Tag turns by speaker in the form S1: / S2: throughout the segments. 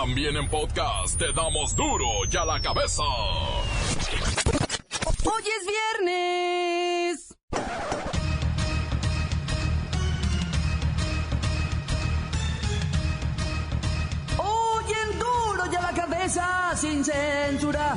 S1: También en podcast te damos duro y a la cabeza.
S2: Hoy es viernes. Hoy en duro y a la cabeza, sin censura.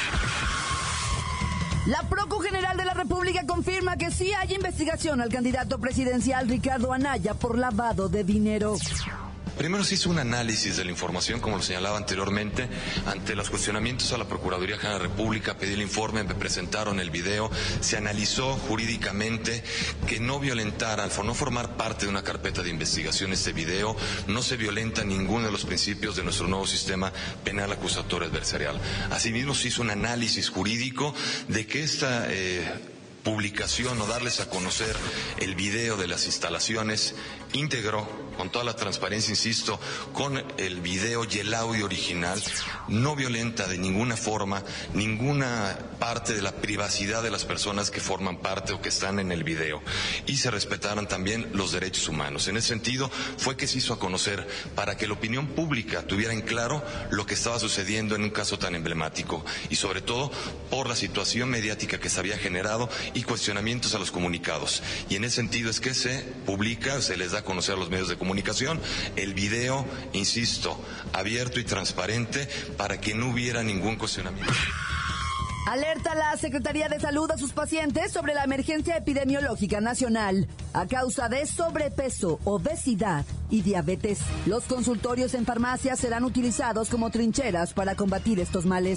S2: La Procu General de la República confirma que sí hay investigación al candidato presidencial Ricardo Anaya por lavado de dinero.
S3: Primero se hizo un análisis de la información, como lo señalaba anteriormente, ante los cuestionamientos a la Procuraduría General de la República, pedí el informe, me presentaron el video, se analizó jurídicamente que no violentara, al no formar parte de una carpeta de investigación este video, no se violenta ninguno de los principios de nuestro nuevo sistema penal acusatorio adversarial. Asimismo se hizo un análisis jurídico de que esta publicación o darles a conocer el video de las instalaciones íntegro, con toda la transparencia, insisto, con el video y el audio original, no violenta de ninguna forma ninguna parte de la privacidad de las personas que forman parte o que están en el video, y se respetaran también los derechos humanos. En ese sentido fue que se hizo a conocer para que la opinión pública tuviera en claro lo que estaba sucediendo en un caso tan emblemático, y sobre todo por la situación mediática que se había generado y cuestionamientos a los comunicados. Y en ese sentido es que se publica, se les da a conocer a los medios de comunicación el video, insisto, abierto y transparente para que no hubiera ningún cuestionamiento.
S2: Alerta la Secretaría de Salud a sus pacientes sobre la emergencia epidemiológica nacional a causa de sobrepeso, obesidad y diabetes. Los consultorios en farmacias serán utilizados como trincheras para combatir estos males.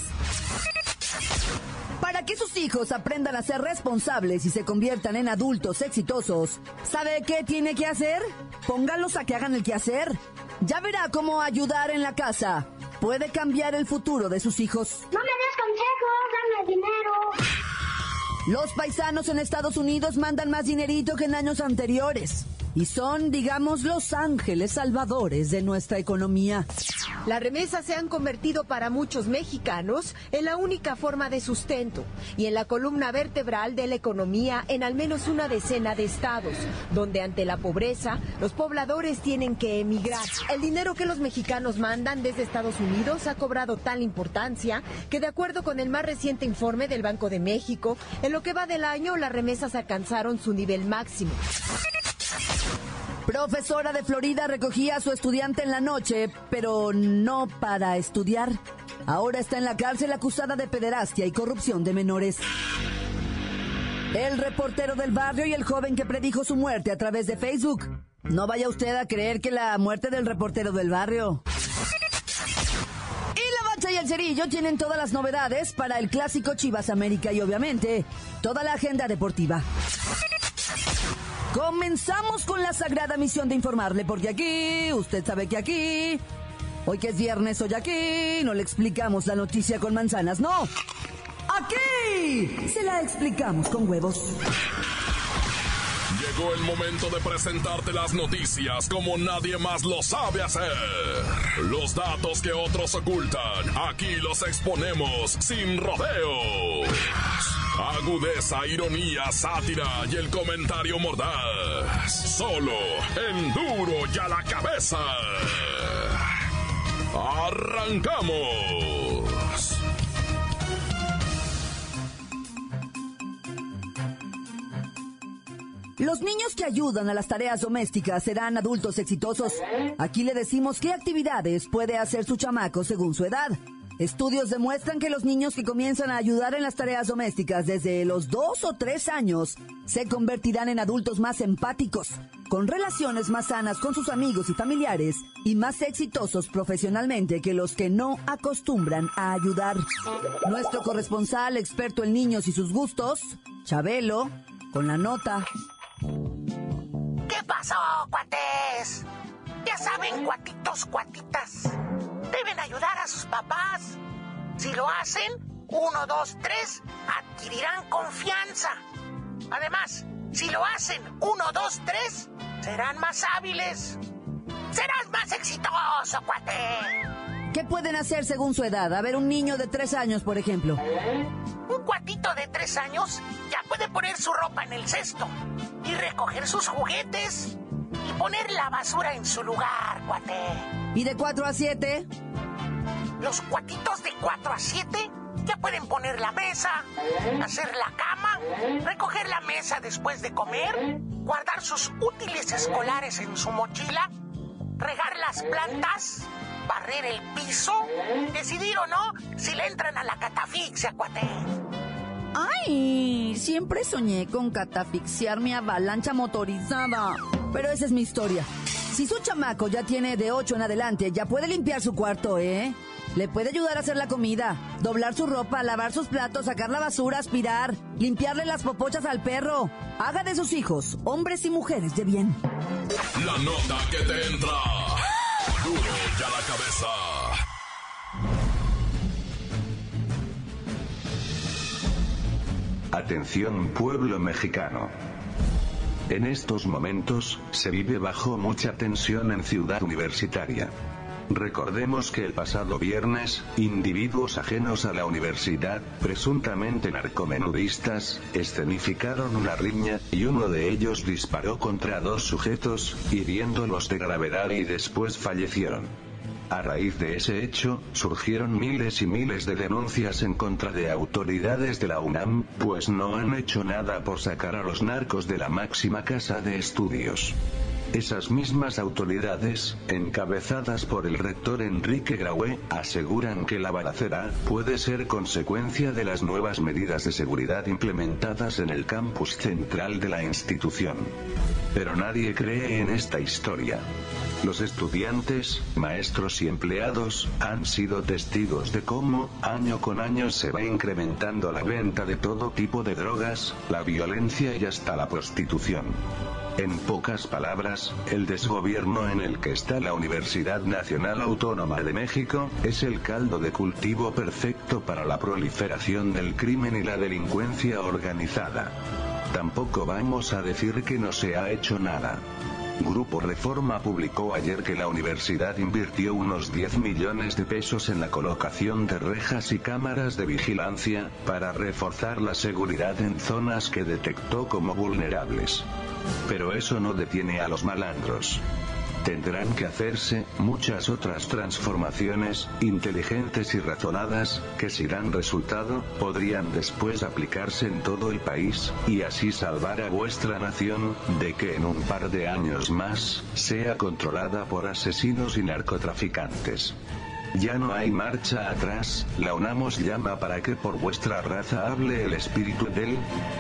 S2: Para que sus hijos aprendan a ser responsables y se conviertan en adultos exitosos, ¿sabe qué tiene que hacer? Póngalos a que hagan el quehacer. Ya verá cómo ayudar en la casa puede cambiar el futuro de sus hijos.
S4: No me des consejos, dame dinero.
S2: Los paisanos en Estados Unidos mandan más dinerito que en años anteriores. Y son, digamos, los ángeles salvadores de nuestra economía.
S5: Las remesas se han convertido para muchos mexicanos en la única forma de sustento y en la columna vertebral de la economía en al menos una decena de estados, donde ante la pobreza los pobladores tienen que emigrar. El dinero que los mexicanos mandan desde Estados Unidos ha cobrado tal importancia que, de acuerdo con el más reciente informe del Banco de México, en lo que va del año las remesas alcanzaron su nivel máximo.
S2: Profesora de Florida recogía a su estudiante en la noche, pero no para estudiar. Ahora está en la cárcel acusada de pederastia y corrupción de menores. El reportero del barrio y el joven que predijo su muerte a través de Facebook. No vaya usted a creer que la muerte del reportero del barrio. Y la Bacha y el Cerillo tienen todas las novedades para el clásico Chivas América y obviamente toda la agenda deportiva. Comenzamos con la sagrada misión de informarle, porque aquí, usted sabe que aquí, hoy que es viernes, hoy aquí, no le explicamos la noticia con manzanas, no. Aquí se la explicamos con huevos.
S1: Llegó el momento de presentarte las noticias como nadie más lo sabe hacer. Los datos que otros ocultan, aquí los exponemos sin rodeos. Agudeza, ironía, sátira y el comentario mordaz. Solo en Duro y a la Cabeza. ¡Arrancamos!
S2: Los niños que ayudan a las tareas domésticas serán adultos exitosos. Aquí le decimos qué actividades puede hacer su chamaco según su edad. Estudios demuestran que los niños que comienzan a ayudar en las tareas domésticas desde los 2 o 3 años se convertirán en adultos más empáticos, con relaciones más sanas con sus amigos y familiares y más exitosos profesionalmente que los que no acostumbran a ayudar. Nuestro corresponsal experto en niños y sus gustos, Chabelo, con la nota.
S6: ¿Qué pasó, cuates? Ya saben, cuatitos, cuatitas, deben ayudar a sus papás. Si lo hacen, 1, 2, 3, adquirirán confianza. Además, si lo hacen 1, 2, 3, serán más hábiles. Serás más exitoso, cuate.
S2: ¿Qué pueden hacer según su edad? A ver, un niño de 3 años, por ejemplo.
S6: Un cuatito de 3 años ya puede poner su ropa en el cesto y recoger sus juguetes y poner la basura en su lugar, cuate.
S2: ¿Y de 4 a 7?
S6: los cuatitos de 4 a 7 ya pueden poner la mesa, hacer la cama, recoger la mesa después de comer, guardar sus útiles escolares en su mochila, regar las plantas, barrer el piso, decidir o no si le entran a la catafixia, cuate.
S2: ¡Ay! Siempre soñé con catafixiar mi avalancha motorizada. Pero esa es mi historia. Si su chamaco ya tiene de 8 en adelante, ya puede limpiar su cuarto, ¿eh? Le puede ayudar a hacer la comida, doblar su ropa, lavar sus platos, sacar la basura, aspirar, limpiarle las popochas al perro. Haga de sus hijos hombres y mujeres de bien.
S1: La nota que te entra. Duro ya la cabeza.
S7: Atención, pueblo mexicano. En estos momentos, se vive bajo mucha tensión en Ciudad Universitaria. Recordemos que el pasado viernes, individuos ajenos a la universidad, presuntamente narcomenudistas, escenificaron una riña, y uno de ellos disparó contra 2 sujetos, hiriéndolos de gravedad y después fallecieron. A raíz de ese hecho, surgieron miles y miles de denuncias en contra de autoridades de la UNAM, pues no han hecho nada por sacar a los narcos de la máxima casa de estudios. Esas mismas autoridades, encabezadas por el rector Enrique Graue, aseguran que la balacera puede ser consecuencia de las nuevas medidas de seguridad implementadas en el campus central de la institución. Pero nadie cree en esta historia. Los estudiantes, maestros y empleados han sido testigos de cómo, año con año, se va incrementando la venta de todo tipo de drogas, la violencia y hasta la prostitución. En pocas palabras, el desgobierno en el que está la Universidad Nacional Autónoma de México, es el caldo de cultivo perfecto para la proliferación del crimen y la delincuencia organizada. Tampoco vamos a decir que no se ha hecho nada. Grupo Reforma publicó ayer que la universidad invirtió unos 10 millones de pesos en la colocación de rejas y cámaras de vigilancia, para reforzar la seguridad en zonas que detectó como vulnerables. Pero eso no detiene a los malandros. Tendrán que hacerse muchas otras transformaciones, inteligentes y razonadas, que si dan resultado, podrían después aplicarse en todo el país, y así salvar a vuestra nación, de que en un par de años más, sea controlada por asesinos y narcotraficantes. Ya no hay marcha atrás, la UNAM os llama para que por vuestra raza hable el espíritu del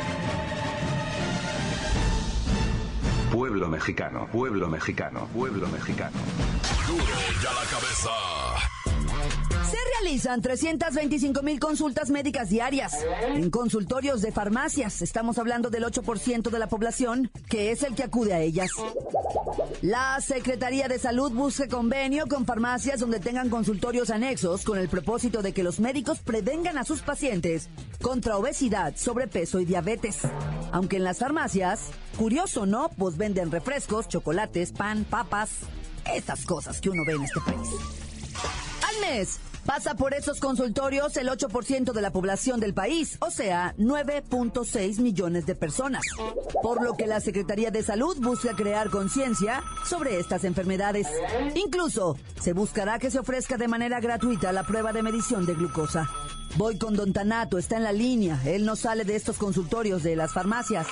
S7: pueblo mexicano, pueblo mexicano, pueblo mexicano.
S1: Duro ya la cabeza.
S2: Se realizan 325,000 consultas médicas diarias en consultorios de farmacias. Estamos hablando del 8% de la población, que es el que acude a ellas. La Secretaría de Salud busca convenio con farmacias donde tengan consultorios anexos, con el propósito de que los médicos prevengan a sus pacientes contra obesidad, sobrepeso y diabetes. Aunque en las farmacias, curioso, ¿no? Pues venden refrescos, chocolates, pan, papas, esas cosas que uno ve en este país. Al mes pasa por esos consultorios el 8% de la población del país, o sea, 9.6 millones de personas. Por lo que la Secretaría de Salud busca crear conciencia sobre estas enfermedades. Incluso, se buscará que se ofrezca de manera gratuita la prueba de medición de glucosa. Voy con Don Tanato, está en la línea. Él no sale de estos consultorios de las farmacias.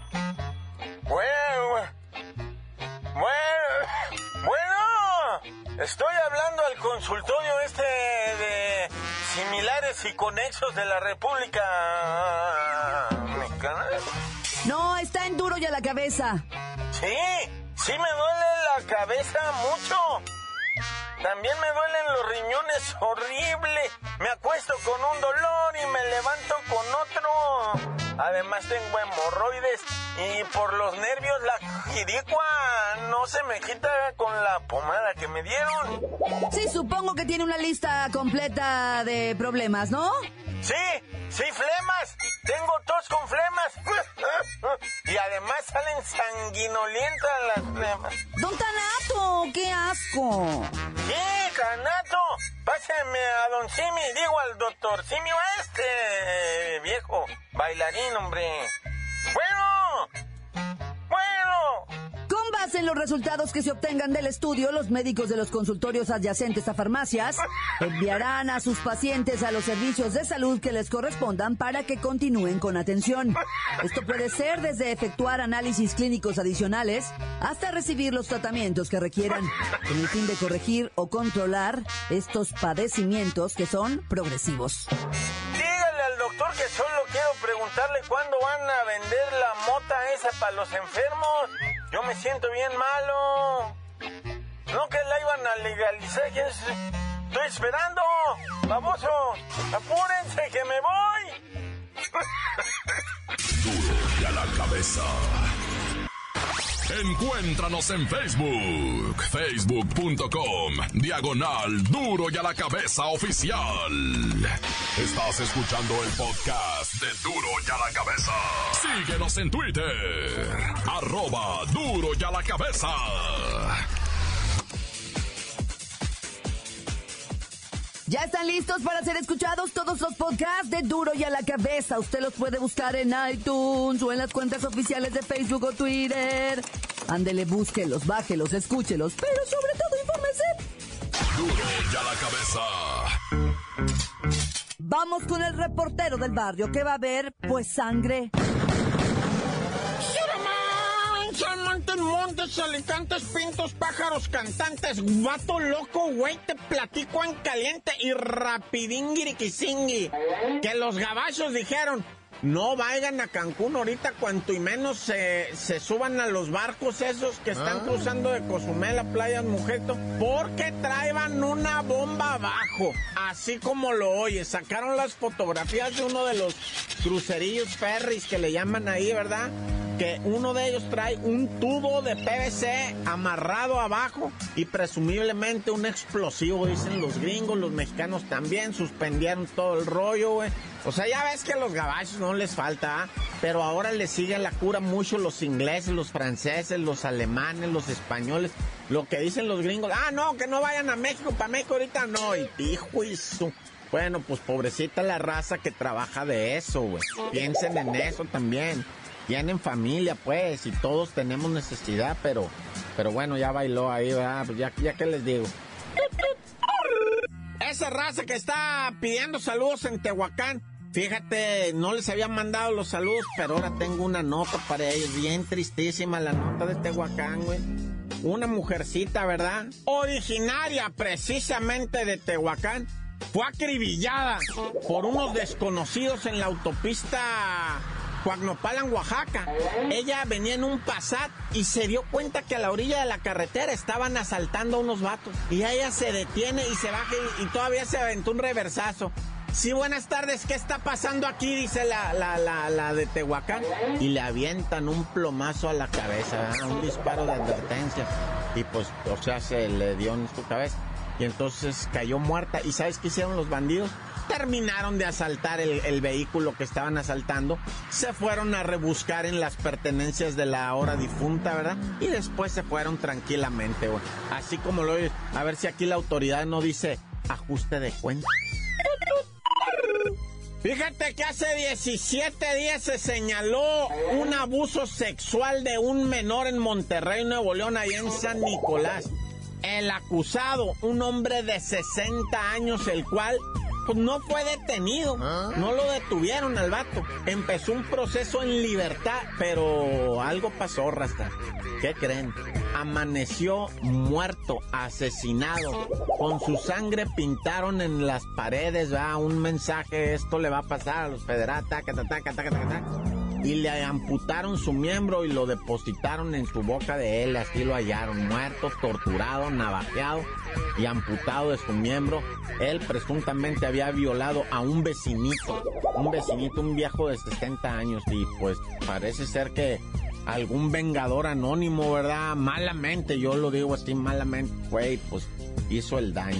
S8: Bueno, estoy hablando al consultorio de similares y conexos de la República Mexicana.
S2: No, está en duro ya la cabeza.
S8: Sí me duele la cabeza mucho. También me duelen los riñones horrible. Me acuesto con un dolor y me levanto con otro. Además tengo hemorroides y por los nervios la jiricua no se me quita con la pomada que me dieron.
S2: Sí, supongo que tiene una lista completa de problemas, ¿no?
S8: Sí, flemas. Tengo tos con flemas. Y además salen sanguinolientas las flemas.
S2: Don Tanato, qué asco.
S8: Sí, Canato. Páseme a don Simi, digo al doctor Simi, a este viejo bailarín, hombre. Bueno.
S2: Con basen los resultados que se obtengan del estudio, los médicos de los consultorios adyacentes a farmacias enviarán a sus pacientes a los servicios de salud que les correspondan para que continúen con atención. Esto puede ser desde efectuar análisis clínicos adicionales hasta recibir los tratamientos que requieran, con el fin de corregir o controlar estos padecimientos que son progresivos.
S8: Dígale al doctor que solo quiero preguntarle cuándo van a vender la mota esa para los enfermos. Yo me siento bien malo. No que la iban a legalizar. Estoy esperando. Baboso, apúrense que me voy.
S1: Duro y a la cabeza. Encuéntranos en Facebook, facebook.com/Duro y a la Cabeza Oficial. Estás escuchando el podcast de Duro y a la Cabeza. Síguenos en Twitter, @Duro y a la Cabeza.
S2: Ya están listos para ser escuchados todos los podcasts de Duro y a la Cabeza. Usted los puede buscar en iTunes o en las cuentas oficiales de Facebook o Twitter. Ándele, búsquelos, bájelos, escúchelos, pero sobre todo infórmese.
S1: Duro y a la Cabeza.
S2: Vamos con el reportero del barrio que va a ver, pues, sangre.
S9: Montes, alicantes, pintos, pájaros, cantantes, vato loco, güey, te platico en caliente y rapidín guiriquisingui, que los gabachos dijeron, no vayan a Cancún ahorita cuanto y menos se suban a los barcos esos que están cruzando de Cozumel a Playa Mujeto, porque traían una bomba abajo, así como lo oyes. Sacaron las fotografías de uno de los crucerillos ferries que le llaman ahí, ¿verdad? Que uno de ellos trae un tubo de PVC amarrado abajo y presumiblemente un explosivo, dicen los gringos. Los mexicanos también suspendieron todo el rollo, güey. O sea, ya ves que a los gabachos no les falta, ¿eh? Pero ahora les sigue la cura mucho los ingleses, los franceses, los alemanes, los españoles. Lo que dicen los gringos, no, que no vayan a México, para México ahorita no. Y hijo y su... Bueno, pues pobrecita la raza que trabaja de eso, güey. Piensen en eso también. Tienen familia, pues, y todos tenemos necesidad, pero bueno, ya bailó ahí, ¿verdad? Pues ya que les digo. Esa raza que está pidiendo saludos en Tehuacán, fíjate, no les había mandado los saludos, pero ahora tengo una nota para ellos, bien tristísima la nota de Tehuacán, güey. Una mujercita, ¿verdad? Originaria precisamente de Tehuacán, fue acribillada por unos desconocidos en la autopista Coagnopalan, Oaxaca. Ella venía en un Passat y se dio cuenta que a la orilla de la carretera estaban asaltando a unos vatos. Y ella se detiene y se baja y todavía se aventó un reversazo. Sí, buenas tardes, ¿qué está pasando aquí? Dice la de Tehuacán. Y le avientan un plomazo a la cabeza, ¿verdad? Un disparo de advertencia. Y pues, o sea, se le dio en su cabeza. Y entonces cayó muerta. ¿Y sabes qué hicieron los bandidos? Terminaron de asaltar el vehículo que estaban asaltando, se fueron a rebuscar en las pertenencias de la ahora difunta, ¿verdad? Y después se fueron tranquilamente, güey. Así como lo oyes, a ver si aquí la autoridad no dice ajuste de cuenta. Fíjate que hace 17 días se señaló un abuso sexual de un menor en Monterrey, Nuevo León, ahí en San Nicolás. El acusado, un hombre de 60 años, el cual pues no fue detenido, no lo detuvieron al vato. Empezó un proceso en libertad, pero algo pasó, Rasta. ¿Qué creen? Amaneció muerto, asesinado. Con su sangre pintaron en las paredes, ¿verdad? Un mensaje, esto le va a pasar a los federales, taca. Y le amputaron su miembro y lo depositaron en su boca de él, así lo hallaron, muerto, torturado, navajeado y amputado de su miembro. Él presuntamente había violado a un vecinito, un viejo de 60 años, y pues parece ser que algún vengador anónimo, ¿verdad? Malamente, yo lo digo así, malamente, güey, pues hizo el daño.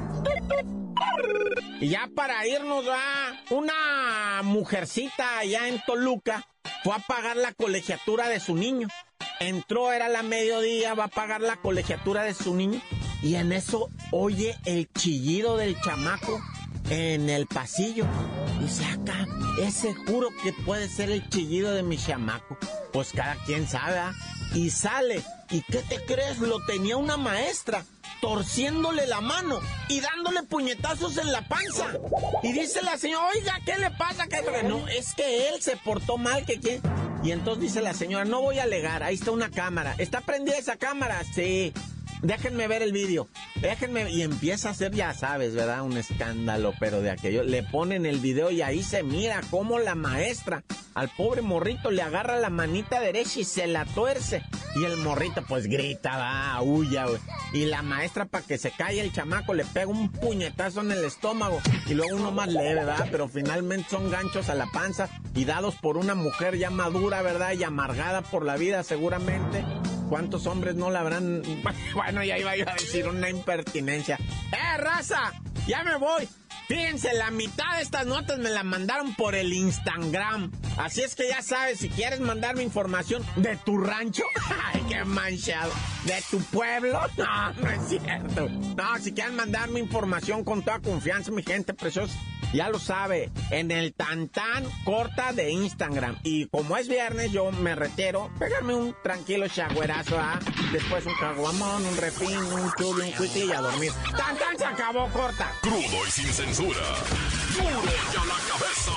S9: Y ya para irnos, una mujercita allá en Toluca fue a pagar la colegiatura de su niño. Entró, era la mediodía, va a pagar la colegiatura de su niño. Y en eso oye el chillido del chamaco en el pasillo. Dice, acá, ese juro que puede ser el chillido de mi chamaco. Pues cada quien sabe, y sale. ¿Y qué te crees? Lo tenía una maestra torciéndole la mano y dándole puñetazos en la panza. Y dice la señora, oiga, ¿qué le pasa? No, es que él se portó mal, que ¿qué? Y entonces dice la señora, no voy a alegar, ahí está una cámara. ¿Está prendida esa cámara? Sí. Déjenme ver el vídeo, déjenme, y empieza a hacer, ya sabes, ¿verdad? Un escándalo, pero de aquello, le ponen el video y ahí se mira cómo la maestra al pobre morrito le agarra la manita derecha y se la tuerce, y el morrito pues grita, va, huya, güey, y la maestra para que se calle el chamaco le pega un puñetazo en el estómago, y luego uno más leve, ¿verdad? Pero finalmente son ganchos a la panza, y dados por una mujer ya madura, ¿verdad? Y amargada por la vida seguramente. ¿Cuántos hombres no la habrán...? Bueno, ya iba a decir una impertinencia. ¡Raza! ¡Ya me voy! Fíjense, la mitad de estas notas me las mandaron por el Instagram. Así es que ya sabes, si quieres mandarme información de tu rancho... ¡Ay, qué manchado! ¿De tu pueblo? No, no es cierto. No, si quieren mandarme información con toda confianza, mi gente preciosa, ya lo sabe, en el Tantán Corta de Instagram. Y como es viernes, yo me retiro, pegarme un tranquilo chagüerazo, ¿ah? Después un caguamón, un refín, un chubi, un cuiti y a dormir. ¡Tantán se acabó, corta!
S1: Crudo y sin censura. ¡Duro y a la cabeza!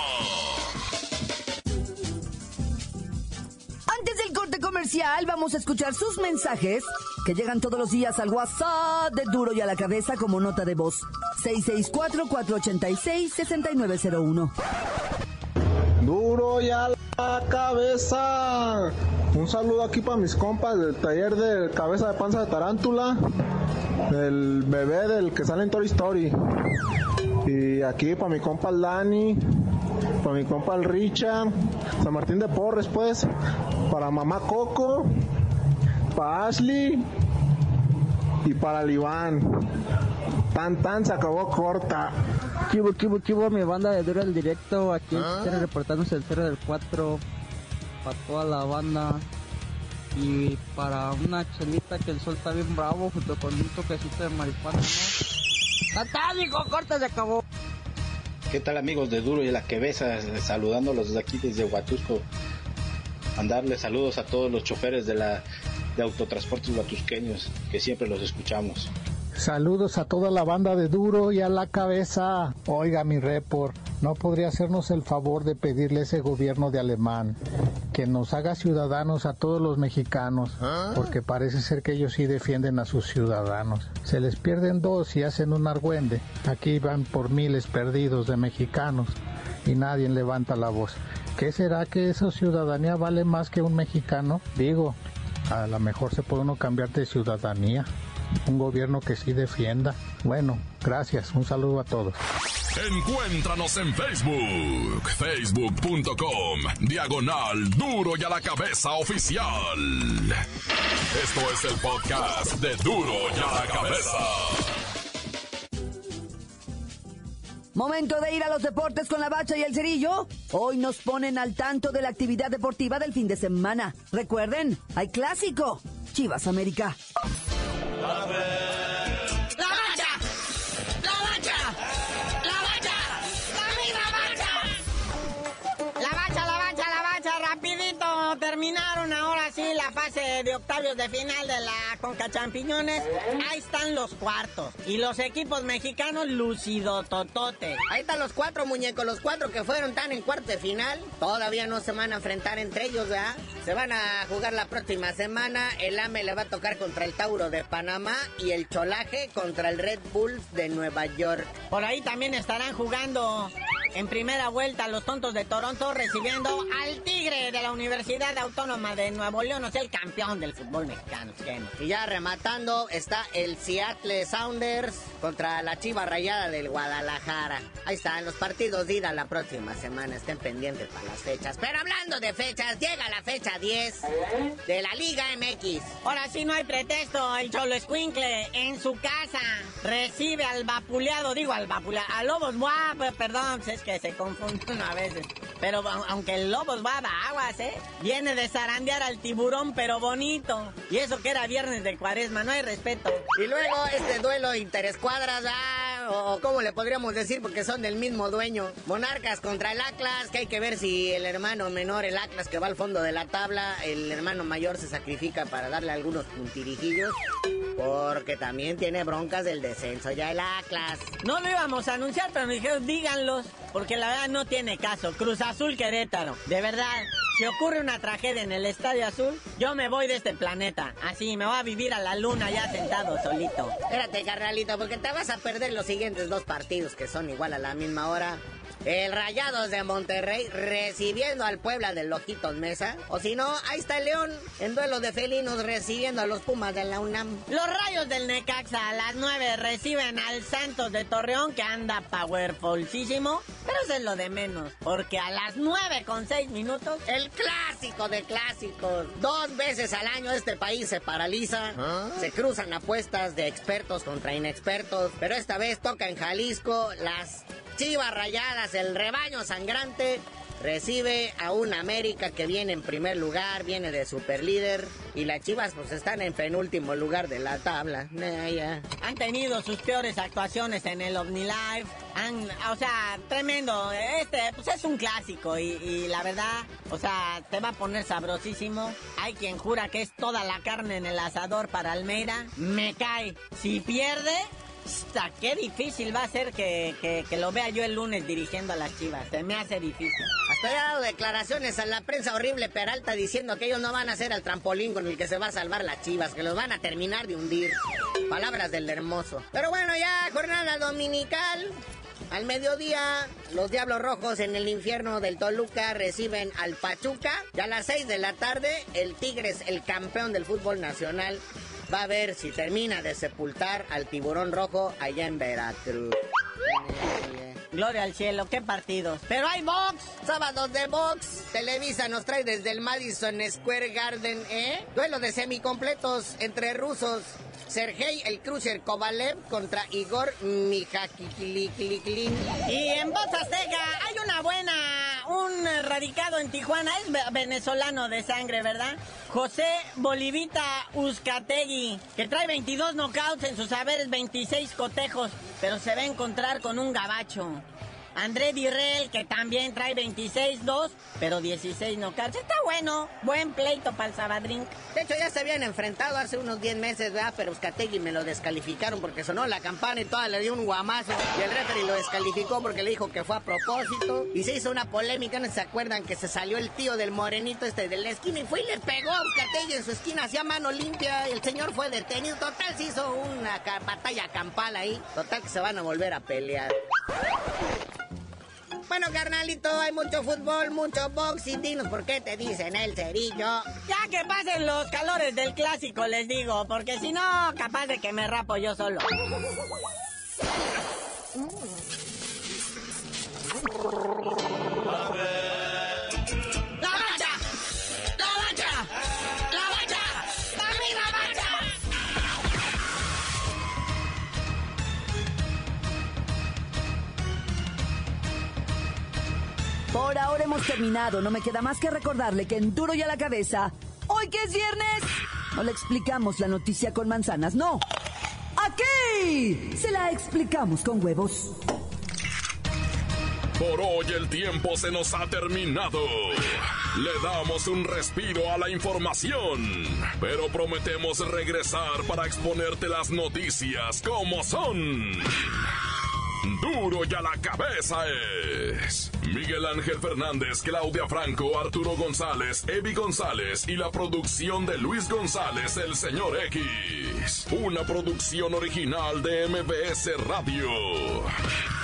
S2: Antes del corte comercial, vamos a escuchar sus mensajes que llegan todos los días al WhatsApp de Duro y a la Cabeza como nota de voz. 664-486-6901.
S10: Duro y a la cabeza. Un saludo aquí para mis compas del taller de cabeza de panza de tarántula, el bebé del que sale en Toy Story. Y aquí para mi compa el Dani, para mi compa el Richard, San Martín de Porres, pues, para mamá Coco, para Ashley y para el Iván. Tan se acabó corta.
S11: Chivo, mi banda de Duro al Directo, aquí reportándose el 0 del 4, para toda la banda, y para una chelita que el sol está bien bravo, junto con un toquecito de marihuana, ¿no? ¡Satánico, corta, se acabó!
S12: ¿Qué tal, amigos de Duro y a la Cabeza? Saludándolos desde aquí, desde Huatusco. Mandarles saludos a todos los choferes de autotransportes huatusqueños, que siempre los escuchamos.
S13: Saludos a toda la banda de Duro y a la Cabeza. Oiga, mi report, ¿no podría hacernos el favor de pedirle a ese gobierno de Alemán que nos haga ciudadanos a todos los mexicanos? Porque parece ser que ellos sí defienden a sus ciudadanos. Se les pierden dos y hacen un argüende. Aquí van por miles perdidos de mexicanos y nadie levanta la voz. ¿Qué será que esa ciudadanía vale más que un mexicano? Digo, a lo mejor se puede uno cambiar de ciudadanía. Un gobierno que sí defienda. Bueno, gracias. Un saludo a todos.
S1: Encuéntranos en Facebook. Facebook.com/Duro y a la Cabeza Oficial. Esto es el podcast de Duro y a la Cabeza.
S2: Momento de ir a los deportes con la Bacha y el Cerillo. Hoy nos ponen al tanto de la actividad deportiva del fin de semana. Recuerden, hay clásico. Chivas América.
S6: ¡La Bacha! ¡La Bacha! ¡La Bacha! ¡La misma Bacha!
S5: La Bacha, rapidito. Terminaron ahora sí la fase de octavios de final de la Conca Champiñones. Ahí están los cuartos. Y los equipos mexicanos lucido totote.
S14: Ahí están los cuatro, muñecos, los cuatro que fueron tan en cuarto de final. Todavía no se van a enfrentar entre ellos, ¿verdad? Se van a jugar la próxima semana. El AME le va a tocar contra el Tauro de Panamá y el Cholaje contra el Red Bulls de Nueva York.
S5: Por ahí también estarán jugando en primera vuelta los Tontos de Toronto, recibiendo al Tigre de la Universidad Autónoma de Nuevo León, o sea, el campeón del fútbol mexicano.
S14: Y ya rematando está el Seattle Sounders contra la Chiva Rayada del Guadalajara. Ahí están los partidos de ida la próxima semana. Estén pendientes para las fechas. Pero hablando de fechas, llega la fecha 10 de la Liga MX.
S5: Ahora sí no hay pretexto. El Cholo Escuincle en su casa recibe al Lobos Buap, perdón, es que se confunden a veces. Pero aunque el Lobos Buap, aguas, viene de zarandear al Tiburón, pero bonito. Y eso que era viernes de Cuaresma, no hay respeto.
S14: Y luego este duelo interescuadras, ¿verdad? O cómo le podríamos decir, porque son del mismo dueño. Monarcas contra el Atlas, que hay que ver si el hermano menor, el Atlas, que va al fondo de la tabla, el hermano mayor se sacrifica para darle algunos puntirijillos, porque también tiene broncas del descenso ya el Atlas.
S15: No lo íbamos a anunciar, pero me dijeron, díganlos, porque la verdad no tiene caso. Cruz Azul Querétaro, de verdad, si ocurre una tragedia en el Estadio Azul, yo me voy de este planeta. Así, me voy a vivir a la luna ya sentado solito.
S14: Espérate, carnalito, porque te vas a perder los siguientes 2 partidos que son igual a la misma hora. El Rayados de Monterrey recibiendo al Puebla del Ojitos Mesa. O si no, ahí está el León en duelo de felinos recibiendo a los Pumas de la UNAM.
S15: Los Rayos del Necaxa a las 9 reciben al Santos de Torreón, que anda powerfulísimo. Pero eso es lo de menos, porque a las 9:06,
S14: el clásico de clásicos. 2 veces al año este país se paraliza. Se cruzan apuestas de expertos contra inexpertos. Pero esta vez toca en Jalisco. Las Chivas Rayadas, el rebaño sangrante, recibe a un América que viene en primer lugar, viene de superlíder, y las Chivas pues están en penúltimo lugar de la tabla.
S15: Han tenido sus peores actuaciones en el OmniLife, o sea, tremendo. Pues es un clásico y la verdad, o sea, te va a poner sabrosísimo. Hay quien jura que es toda la carne en el asador para Almeida. Me cae. Si pierde, qué difícil va a ser que lo vea yo el lunes dirigiendo a las Chivas. Se me hace difícil.
S14: Hasta ha dado declaraciones a la prensa horrible Peralta diciendo que ellos no van a ser el trampolín con el que se va a salvar las Chivas, que los van a terminar de hundir. Palabras del hermoso. Pero bueno, ya jornada dominical. Al mediodía, los Diablos Rojos en el infierno del Toluca reciben al Pachuca. Y a las 6 de la tarde, el Tigres, el campeón del fútbol nacional, va a ver si termina de sepultar al Tiburón Rojo allá en Veracruz.
S15: Gloria al cielo, qué partidos. Pero hay box.
S14: Sábados de box. Televisa nos trae desde el Madison Square Garden, duelo de semicompletos entre rusos. Sergei el Cruiser Kovalev contra Igor Mijakilikliklin.
S15: Y en Voz Azteca hay un radicado en Tijuana, es venezolano de sangre, ¿verdad? José Bolivita Uzcategui, que trae 22 knockouts en sus haberes, 26 cotejos, pero se va a encontrar con un gabacho. André Dirrell, que también trae 26-2, pero 16 knockouts. Está bueno, buen pleito para el Sabadrink.
S14: De hecho, ya se habían enfrentado hace unos 10 meses, ¿verdad? Pero Uzcategui me lo descalificaron porque sonó la campana y toda le dio un guamazo. Y el referee lo descalificó porque le dijo que fue a propósito. Y se hizo una polémica, ¿no se acuerdan? Que se salió el tío del morenito de la esquina y fue y le pegó a Uzcategui en su esquina, hacía mano limpia. Y el señor fue detenido. Total, se hizo una batalla campal ahí. Total, que se van a volver a pelear. Bueno, carnalito, hay mucho fútbol, mucho box y dinos por qué te dicen el Cerillo.
S15: Ya que pasen los calores del clásico, les digo, porque si no, capaz de que me rapo yo solo.
S2: Por ahora hemos terminado, no me queda más que recordarle que en Duro y a la Cabeza, hoy que es viernes, no le explicamos la noticia con manzanas, no. Aquí se la explicamos con huevos.
S1: Por hoy el tiempo se nos ha terminado. Le damos un respiro a la información, pero prometemos regresar para exponerte las noticias como son. Duro y a la Cabeza es Miguel Ángel Fernández, Claudia Franco, Arturo González, Evi González y la producción de Luis González, el señor X. Una producción original de MBS Radio.